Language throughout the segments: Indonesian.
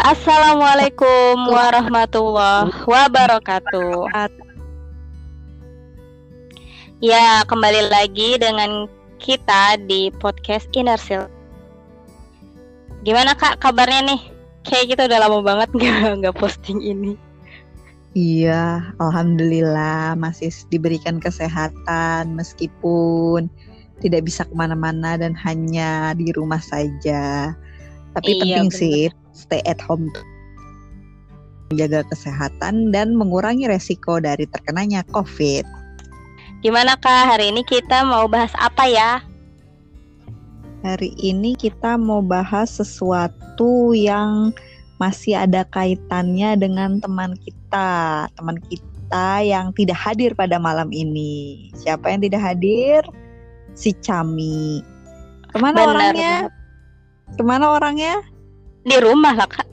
Assalamualaikum warahmatullahi wabarakatuh. Ya, kembali lagi dengan kita di podcast Inner Circle. Gimana Kak kabarnya nih? Kayak kita udah lama banget nggak posting ini. Iya, alhamdulillah masih diberikan kesehatan meskipun tidak bisa kemana-mana dan hanya di rumah saja. Tapi penting bener. sih stay at home, menjaga kesehatan dan mengurangi resiko dari terkenanya COVID. Gimana Kak, hari ini kita mau bahas apa ya? Hari ini kita mau bahas sesuatu yang masih ada kaitannya dengan teman kita yang tidak hadir pada malam ini. Siapa yang tidak hadir? Si Cami. Kemana orangnya? Kemana orangnya? Di rumah lah Kak.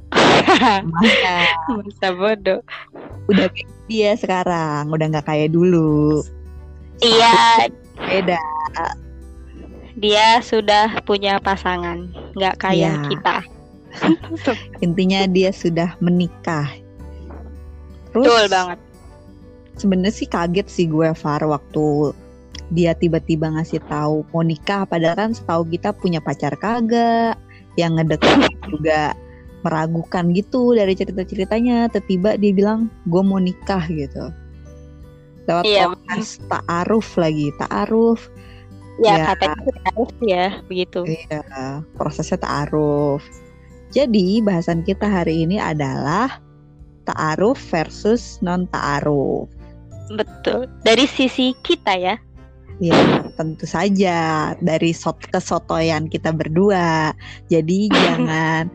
Masa bodoh. Udah kayak dia sekarang, udah nggak kayak dulu. Iya. Beda. Dia sudah punya pasangan, nggak kayak kita. Intinya dia sudah menikah. Terus, betul banget. Sebenarnya sih kaget sih gue Far waktu dia tiba-tiba ngasih tahu mau nikah, padahal kan setahu kita punya pacar kagak, yang ngedeketin juga meragukan gitu dari cerita-ceritanya. Tiba-tiba dia bilang gue mau nikah gitu. Lewat proses ta'aruf lagi, ta'aruf. Ya, katanya ta'aruf ya, begitu. Iya, prosesnya ta'aruf. Jadi bahasan kita hari ini adalah ta'aruf versus non ta'aruf. Betul. Dari sisi kita ya. Ya, tentu saja dari kesotoyan kita berdua. Jadi jangan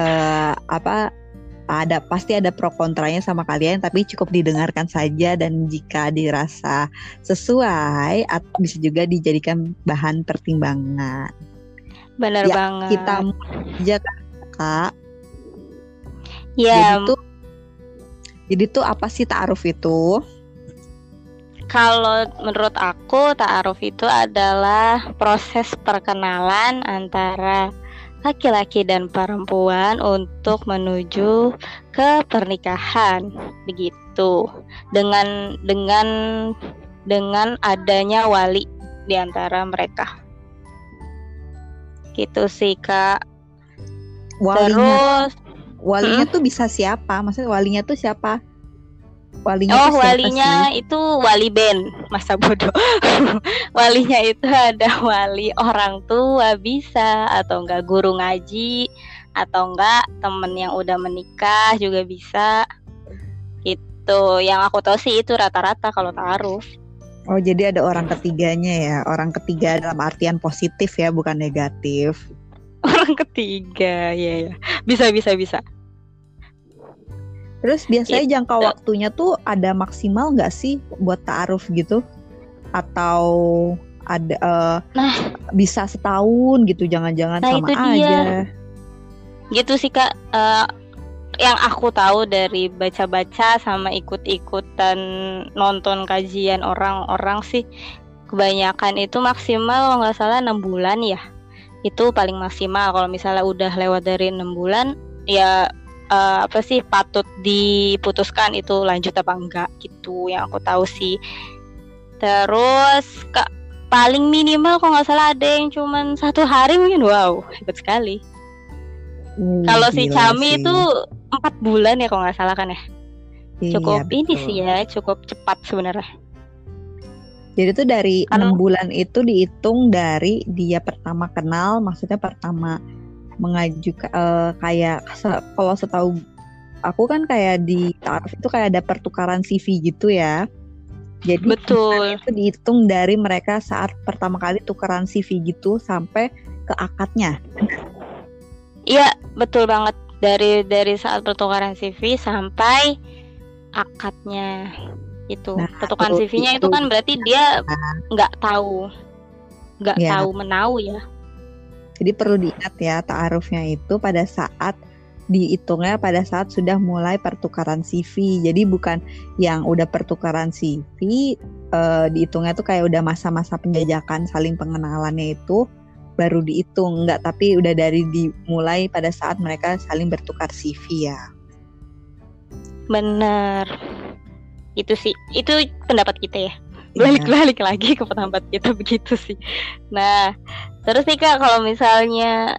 pasti ada pro kontranya sama kalian, tapi cukup didengarkan saja, dan jika dirasa sesuai atau bisa juga dijadikan bahan pertimbangan. Benar banget. Kita aja Kak. Ya. Jadi tuh apa sih ta'aruf itu? Kalau menurut aku, ta'aruf itu adalah proses perkenalan antara laki-laki dan perempuan untuk menuju ke pernikahan, begitu. Dengan adanya wali di antara mereka. Gitu sih Kak. Walinya tuh bisa siapa? Maksudnya walinya tuh siapa? Walinya itu wali band, masa bodoh. Walinya itu ada wali orang tua bisa, atau enggak guru ngaji, atau enggak temen yang udah menikah juga bisa. Gitu. Yang aku tahu sih itu rata-rata kalau ta'aruf. Oh, jadi ada orang ketiganya ya. Orang ketiga dalam artian positif ya, bukan negatif. Orang ketiga, ya. Bisa. Terus biasanya jangka waktunya tuh ada maksimal nggak sih buat ta'aruf gitu? Atau ada bisa setahun gitu, jangan-jangan sama itu aja. Dia. Gitu sih Kak. Yang aku tahu dari baca-baca sama ikut-ikutan nonton kajian orang-orang sih, kebanyakan itu maksimal kalau nggak salah 6 bulan ya. Itu paling maksimal. Kalau misalnya udah lewat dari 6 bulan ya patut diputuskan itu lanjut apa enggak gitu, yang aku tahu sih. Terus paling minimal kalau nggak salah ada yang cuman 1 hari mungkin. Wow, hebat sekali. Kalau si Cami itu 4 bulan ya kalau nggak salah kan ya. Cukup ini sih ya, cukup cepat sebenarnya. Jadi tuh dari 6 bulan itu dihitung dari dia pertama kenal, maksudnya pertama mengajukan kayak kalau setahu aku kan kayak di ta'aruf itu kayak ada pertukaran CV gitu ya. Jadi betul. Itu dihitung dari mereka saat pertama kali tukeran CV gitu sampai ke akadnya. Iya, betul banget. Dari saat pertukaran CV sampai akadnya itu. Pertukaran CV-nya itu kan berarti dia nggak tahu menau ya. Jadi perlu diingat ya, ta'arufnya itu pada saat dihitungnya pada saat sudah mulai pertukaran CV. Jadi bukan yang udah pertukaran CV dihitungnya tuh kayak udah masa-masa penjajakan saling pengenalannya itu baru dihitung, enggak, tapi udah dari dimulai pada saat mereka saling bertukar CV ya. Bener. Itu sih, itu pendapat kita ya. Iya. Balik lagi ke pendapat kita begitu sih. Nah, terus nih Kak, kalau misalnya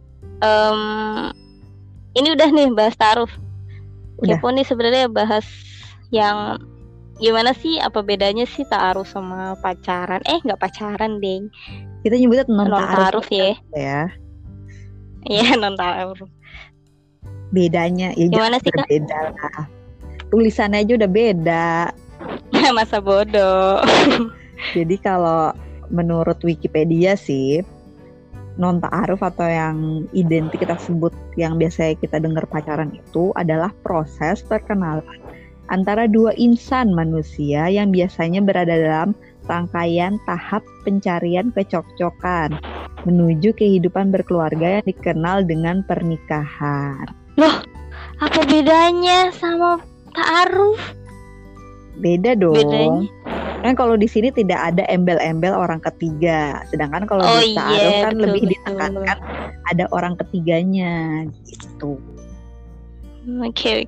ini udah nih bahas taruh. Udah. Kepo nih sebenarnya bahas yang gimana sih, apa bedanya sih ta'aruf sama pacaran? Nggak pacaran, deng. Kita nyebutnya non ta'aruf ya. Iya, non ta'aruf. Bedanya ya gimana sih Kak? Beda lah. Tulisannya aja udah beda. Masa bodoh. Jadi kalau menurut Wikipedia sih, non ta'aruf atau yang identik kita sebut, yang biasanya kita dengar pacaran itu adalah proses perkenalan antara dua insan manusia yang biasanya berada dalam rangkaian tahap pencarian kecocokkan menuju kehidupan berkeluarga yang dikenal dengan pernikahan. Loh, apa bedanya sama ta'aruf? Beda dong. Bedanya? Kan kalau di sini tidak ada embel-embel orang ketiga, sedangkan kalau di ta'aruf kan betul, lebih ditekankan ada orang ketiganya gitu. Oke.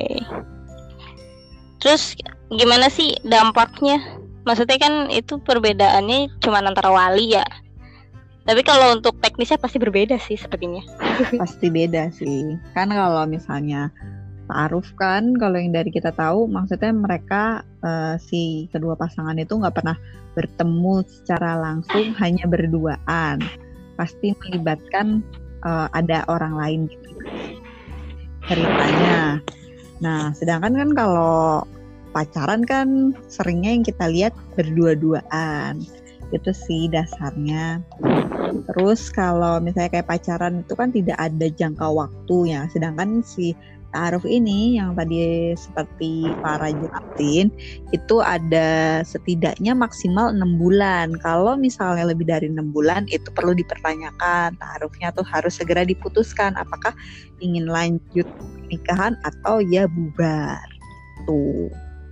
Terus gimana sih dampaknya? Maksudnya kan itu perbedaannya cuma antara wali ya. Tapi kalau untuk teknisnya pasti berbeda sih sepertinya. Pasti beda sih. Kan kalau misalnya ta'aruf kan, kalau yang dari kita tahu, maksudnya mereka si kedua pasangan itu nggak pernah bertemu secara langsung, hanya berduaan. Pasti melibatkan ada orang lain gitu ceritanya. Nah, sedangkan kan kalau pacaran kan seringnya yang kita lihat berdua-duaan. Itu sih dasarnya. Terus kalau misalnya kayak pacaran itu kan tidak ada jangka waktunya. Sedangkan si ta'aruf ini yang tadi seperti para jelasin itu ada setidaknya maksimal 6 bulan. Kalau misalnya lebih dari 6 bulan itu perlu dipertanyakan, ta'arufnya tuh harus segera diputuskan apakah ingin lanjut pernikahan atau ya bubar tuh.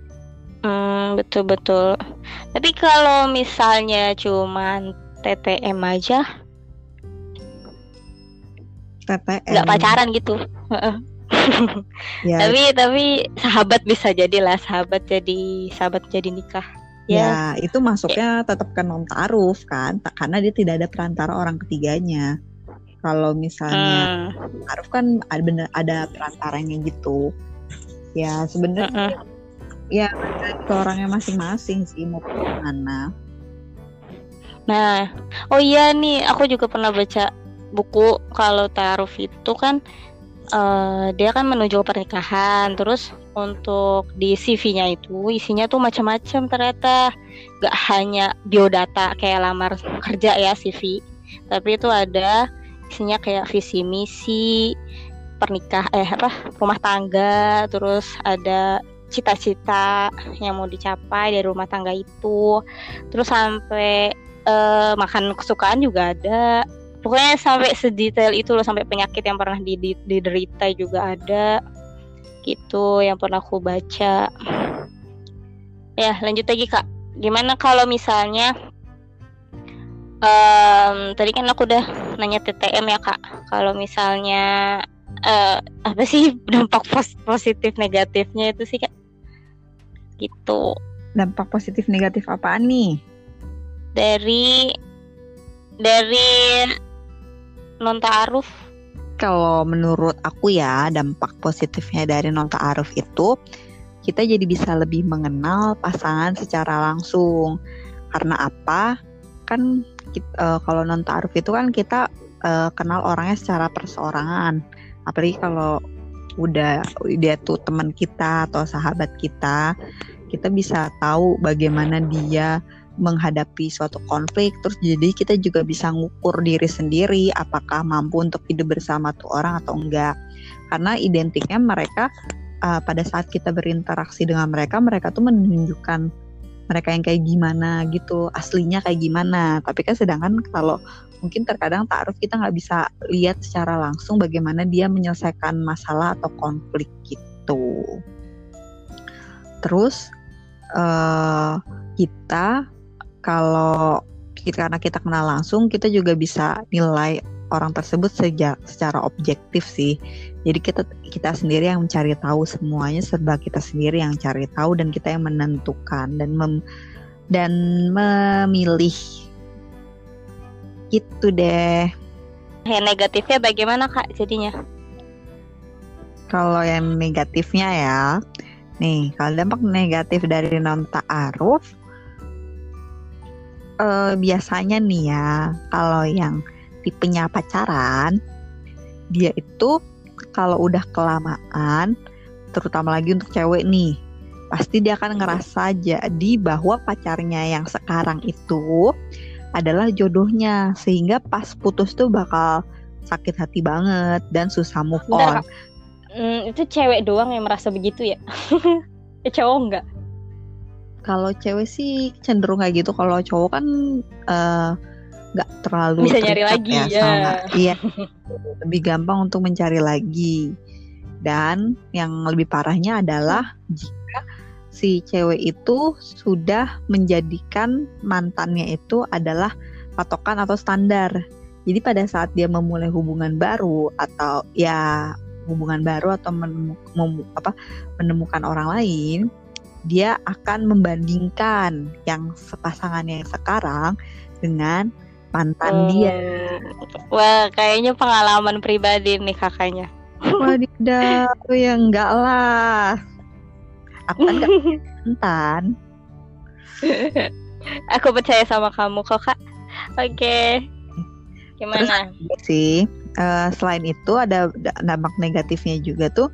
Betul. Tapi kalau misalnya cuman TTM aja, TTM nggak pacaran gitu. Ya. Tapi sahabat bisa jadilah, sahabat jadi nikah. Ya, itu masuknya tetap ke non ta'aruf kan, karena dia tidak ada perantara orang ketiganya. Kalau misalnya ta'aruf kan ada perantaranya gitu. Ya sebenarnya ya ke orangnya masing-masing sih mau kemana. Nah, oh iya nih, aku juga pernah baca buku kalau ta'aruf itu kan dia kan menuju pernikahan. Terus untuk di CV-nya itu isinya tuh macam-macam ternyata, gak hanya biodata kayak lamar kerja ya CV, tapi itu ada isinya kayak visi misi rumah tangga, terus ada cita-cita yang mau dicapai dari rumah tangga itu, terus sampai makan kesukaan juga ada. Pokoknya sampai sedetail itu loh, sampai penyakit yang pernah diderita juga ada. Gitu yang pernah aku baca. Ya, lanjut lagi Kak. Gimana kalau misalnya tadi kan aku udah nanya TTM ya Kak. Kalau misalnya apa sih dampak positif negatifnya itu sih Kak? Gitu. Dampak positif negatif apaan nih? Dari non ta'aruf. Kalau menurut aku ya, dampak positifnya dari non ta'aruf itu kita jadi bisa lebih mengenal pasangan secara langsung. Karena apa? Kan kalau non ta'aruf itu kan kita kenal orangnya secara perseorangan. Apalagi kalau udah dia tuh teman kita atau sahabat kita bisa tahu bagaimana dia menghadapi suatu konflik. Terus jadi kita juga bisa ngukur diri sendiri apakah mampu untuk hidup bersama tuh orang atau enggak, karena identiknya mereka pada saat kita berinteraksi dengan mereka tuh menunjukkan mereka yang kayak gimana gitu, aslinya kayak gimana. Tapi kan sedangkan kalau mungkin terkadang ta'aruf kita nggak bisa lihat secara langsung bagaimana dia menyelesaikan masalah atau konflik gitu. Terus kita kalau karena kita kenal langsung, kita juga bisa nilai orang tersebut secara objektif sih. Jadi kita sendiri yang mencari tahu semuanya, serba kita sendiri yang cari tahu dan kita yang menentukan dan memilih. Gitu deh. Yang negatifnya bagaimana Kak jadinya? Kalau yang negatifnya ya, nih kalau dampak negatif dari non-ta'aruf, biasanya nih ya, kalau yang tipenya pacaran, dia itu kalau udah kelamaan, terutama lagi untuk cewek nih, pasti dia akan ngerasa jadi bahwa pacarnya yang sekarang itu adalah jodohnya, sehingga pas putus tuh bakal sakit hati banget dan susah move on. Bentar, Kak. Itu cewek doang yang merasa begitu ya? Cowok enggak? Kalau cewek sih cenderung kayak gitu. Kalau cowok kan nggak terlalu bisa nyari lagi ya. Iya, lebih gampang untuk mencari lagi. Dan yang lebih parahnya adalah jika si cewek itu sudah menjadikan mantannya itu adalah patokan atau standar. Jadi pada saat dia memulai hubungan baru atau menemukan orang lain, dia akan membandingkan yang pasangannya yang sekarang dengan mantan dia. Wah, kayaknya pengalaman pribadi nih kakaknya. Wadidaw, ya enggak lah. Aku kan gak mantan. Aku percaya sama kamu kok Kak. Oke. Gimana? Terus sih, selain itu ada dampak negatifnya juga tuh.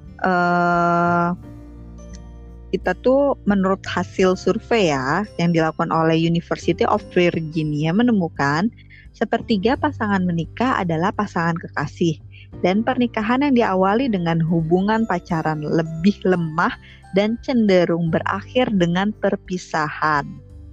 Kita tuh menurut hasil survei ya yang dilakukan oleh University of Virginia menemukan sepertiga pasangan menikah adalah pasangan kekasih, dan pernikahan yang diawali dengan hubungan pacaran lebih lemah dan cenderung berakhir dengan perpisahan.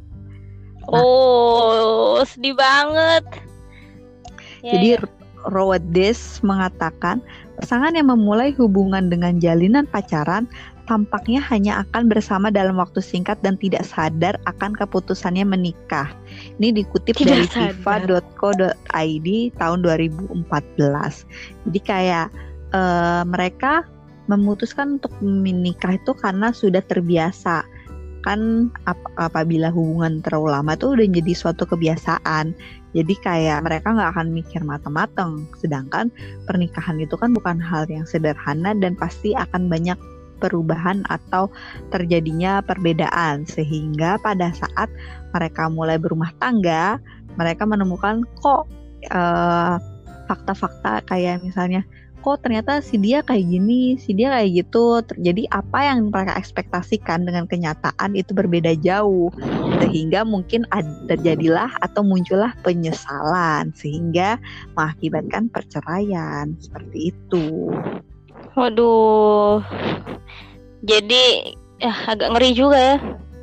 Sedih banget. Jadi Rhodes mengatakan pasangan yang memulai hubungan dengan jalinan pacaran tampaknya hanya akan bersama dalam waktu singkat dan tidak sadar akan keputusannya menikah. Ini dikutip dari fifa.co.id tahun 2014. Jadi kayak mereka memutuskan untuk menikah itu karena sudah terbiasa. Kan apabila hubungan terlalu lama tuh udah jadi suatu kebiasaan. Jadi kayak mereka gak akan mikir matang-matang. Sedangkan pernikahan itu kan bukan hal yang sederhana dan pasti akan banyak perubahan atau terjadinya perbedaan, sehingga pada saat mereka mulai berumah tangga, mereka menemukan kok fakta-fakta kayak misalnya kok ternyata si dia kayak gini, si dia kayak gitu. Jadi apa yang mereka ekspektasikan dengan kenyataan itu berbeda jauh, sehingga mungkin terjadilah atau muncullah penyesalan sehingga mengakibatkan perceraian seperti itu. Waduh, jadi agak ngeri juga ya.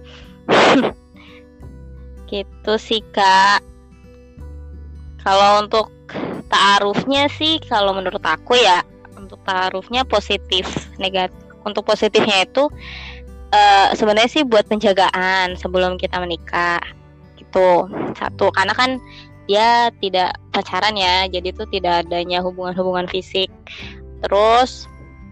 Gitu sih Kak. Kalau untuk ta'arufnya sih, kalau menurut aku ya, untuk ta'arufnya positif, negatif. Untuk positifnya itu sebenarnya sih buat penjagaan sebelum kita menikah. Gitu. Satu, karena kan dia tidak pacaran ya, jadi itu tidak adanya hubungan-hubungan fisik. Terus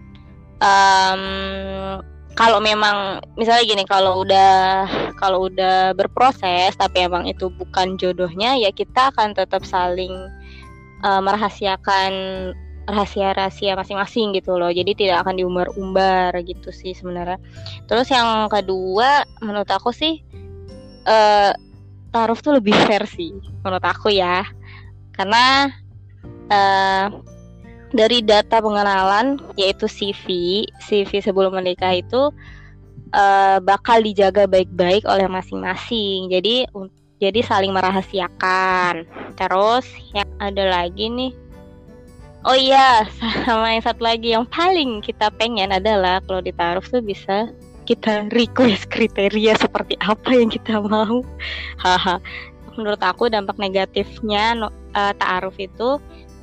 kalau memang misalnya gini, kalau udah berproses tapi emang itu bukan jodohnya, ya kita akan tetap saling merahasiakan rahasia-rahasia masing-masing gitu loh. Jadi tidak akan diumbar-umbar gitu sih sebenarnya. Terus yang kedua, menurut aku sih ta'aruf tuh lebih fair sih menurut aku ya. Karena dari data pengenalan, yaitu CV sebelum menikah itu bakal dijaga baik-baik oleh masing-masing. Jadi saling merahasiakan. Terus yang ada lagi nih, oh iya, sama yang satu lagi yang paling kita pengen adalah kalau di ta'aruf tuh bisa kita request kriteria seperti apa yang kita mau. Menurut aku dampak negatifnya ta'aruf itu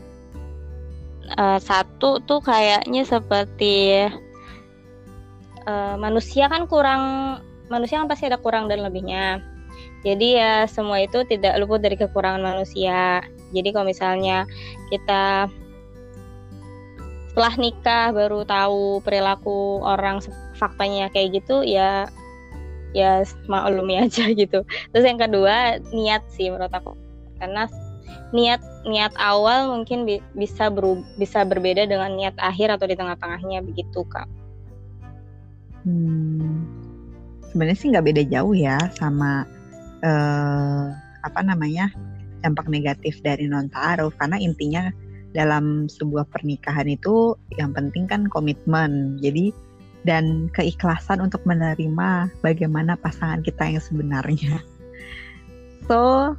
satu tuh kayaknya seperti manusia kan pasti ada kurang dan lebihnya. Jadi ya semua itu tidak luput dari kekurangan manusia. Jadi kalau misalnya kita setelah nikah baru tahu perilaku orang faktanya kayak gitu, ya maklumi aja gitu. Terus yang kedua, niat sih menurut aku. Karena niat awal mungkin bisa berbeda dengan niat akhir atau di tengah-tengahnya begitu, Kak. Sebenarnya sih nggak beda jauh ya sama dampak negatif dari non ta'aruf, karena intinya dalam sebuah pernikahan itu yang penting kan komitmen, jadi dan keikhlasan untuk menerima bagaimana pasangan kita yang sebenarnya. So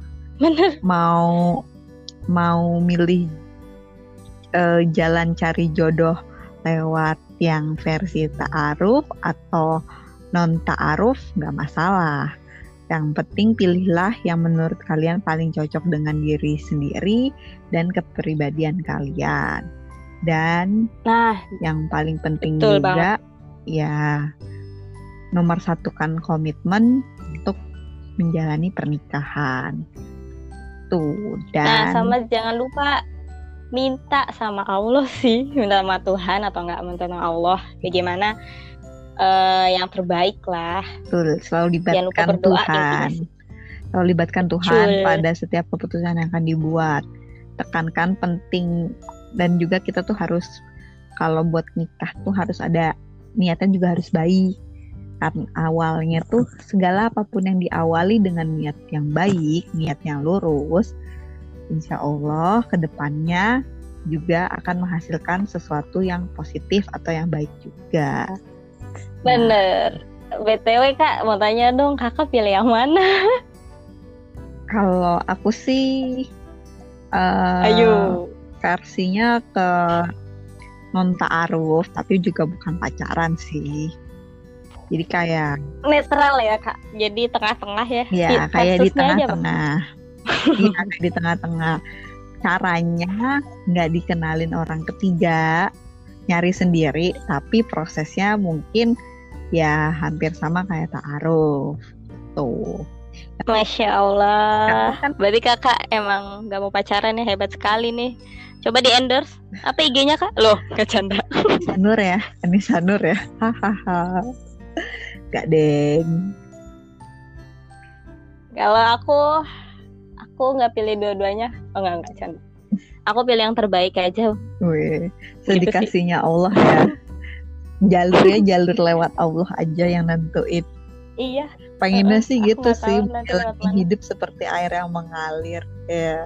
mau milih jalan cari jodoh lewat yang versi ta'aruf atau non ta'aruf nggak masalah. Yang penting pilihlah yang menurut kalian paling cocok dengan diri sendiri dan kepribadian kalian. Dan yang paling penting juga ya nomor satukan komitmen untuk menjalani pernikahan. Tuh, dan sama jangan lupa minta sama Allah sih, minta sama Tuhan atau enggak minta sama Allah, bagaimana yang terbaik lah. Betul, selalu libatkan Tuhan. Selalu libatkan Tuhan pada setiap keputusan yang akan dibuat. Tekankan penting, dan juga kita tuh harus kalau buat nikah tuh harus ada niatnya juga harus baik. Karena awalnya tuh segala apapun yang diawali dengan niat yang baik, niat yang lurus, insya Allah kedepannya juga akan menghasilkan sesuatu yang positif atau yang baik juga. Bener. BTW Kak, mau tanya dong, Kakak pilih yang mana? Kalau aku sih versinya ke non ta'aruf, tapi juga bukan pacaran sih. Jadi kayak netral ya Kak. Jadi tengah-tengah ya. Ya, kayak di tengah-tengah. Iya, kayak di tengah-tengah. Caranya nggak dikenalin orang ketiga, nyari sendiri, tapi prosesnya mungkin ya hampir sama kayak ta'aruf. Tuh. Masya Allah. Berarti Kakak emang gak mau pacaran ya, hebat sekali nih. Coba di endorse. Apa IG-nya Kak? Loh, gak canda. Anissa Nur ya. Hahaha. Gak deng. Kalau aku gak pilih dua-duanya. Oh gak canda. Aku pilih yang terbaik aja. Wih, sedikasinya Allah ya. Jalurnya jalur lewat Allah aja yang nentuin. Iya. Pengennya sih gitu sih, menjalani hidup seperti air yang mengalir ya.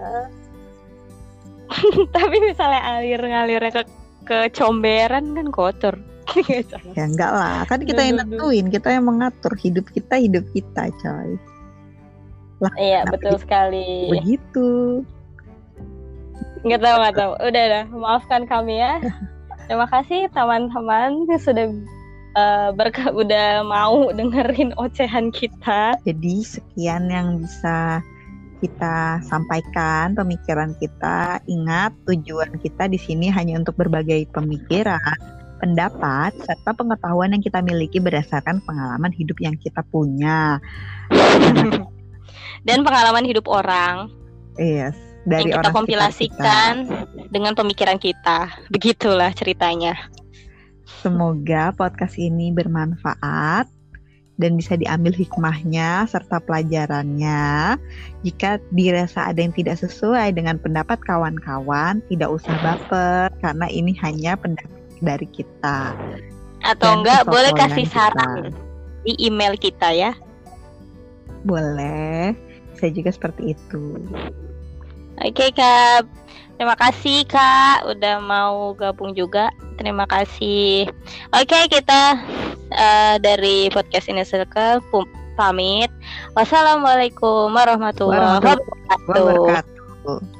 Tapi misalnya ngalirnya ke comberan kan kotor. Ya enggak lah, kan kita yang nentuin, kita yang mengatur hidup kita coy. Lah, iya betul sekali. Begitu. Nggak tahu. Udah, maafkan kami ya. Terima kasih teman-teman yang sudah udah mau dengerin ocehan kita. Jadi sekian yang bisa kita sampaikan, pemikiran kita. Ingat, tujuan kita di sini hanya untuk berbagai pemikiran, pendapat, serta pengetahuan yang kita miliki berdasarkan pengalaman hidup yang kita punya. Dan pengalaman hidup orang. Yes. Dari yang kita kompilasikan dengan pemikiran kita. Begitulah ceritanya. Semoga podcast ini bermanfaat dan bisa diambil hikmahnya serta pelajarannya. Jika dirasa ada yang tidak sesuai dengan pendapat kawan-kawan, tidak usah baper karena ini hanya pendapat dari kita. Atau enggak boleh kasih saran di email kita ya. Boleh, bisa juga seperti itu. Oke Kak, terima kasih Kak udah mau gabung juga. Terima kasih. Oke, kita dari podcast ini pamit. Wassalamualaikum warahmatullahi wabarakatuh.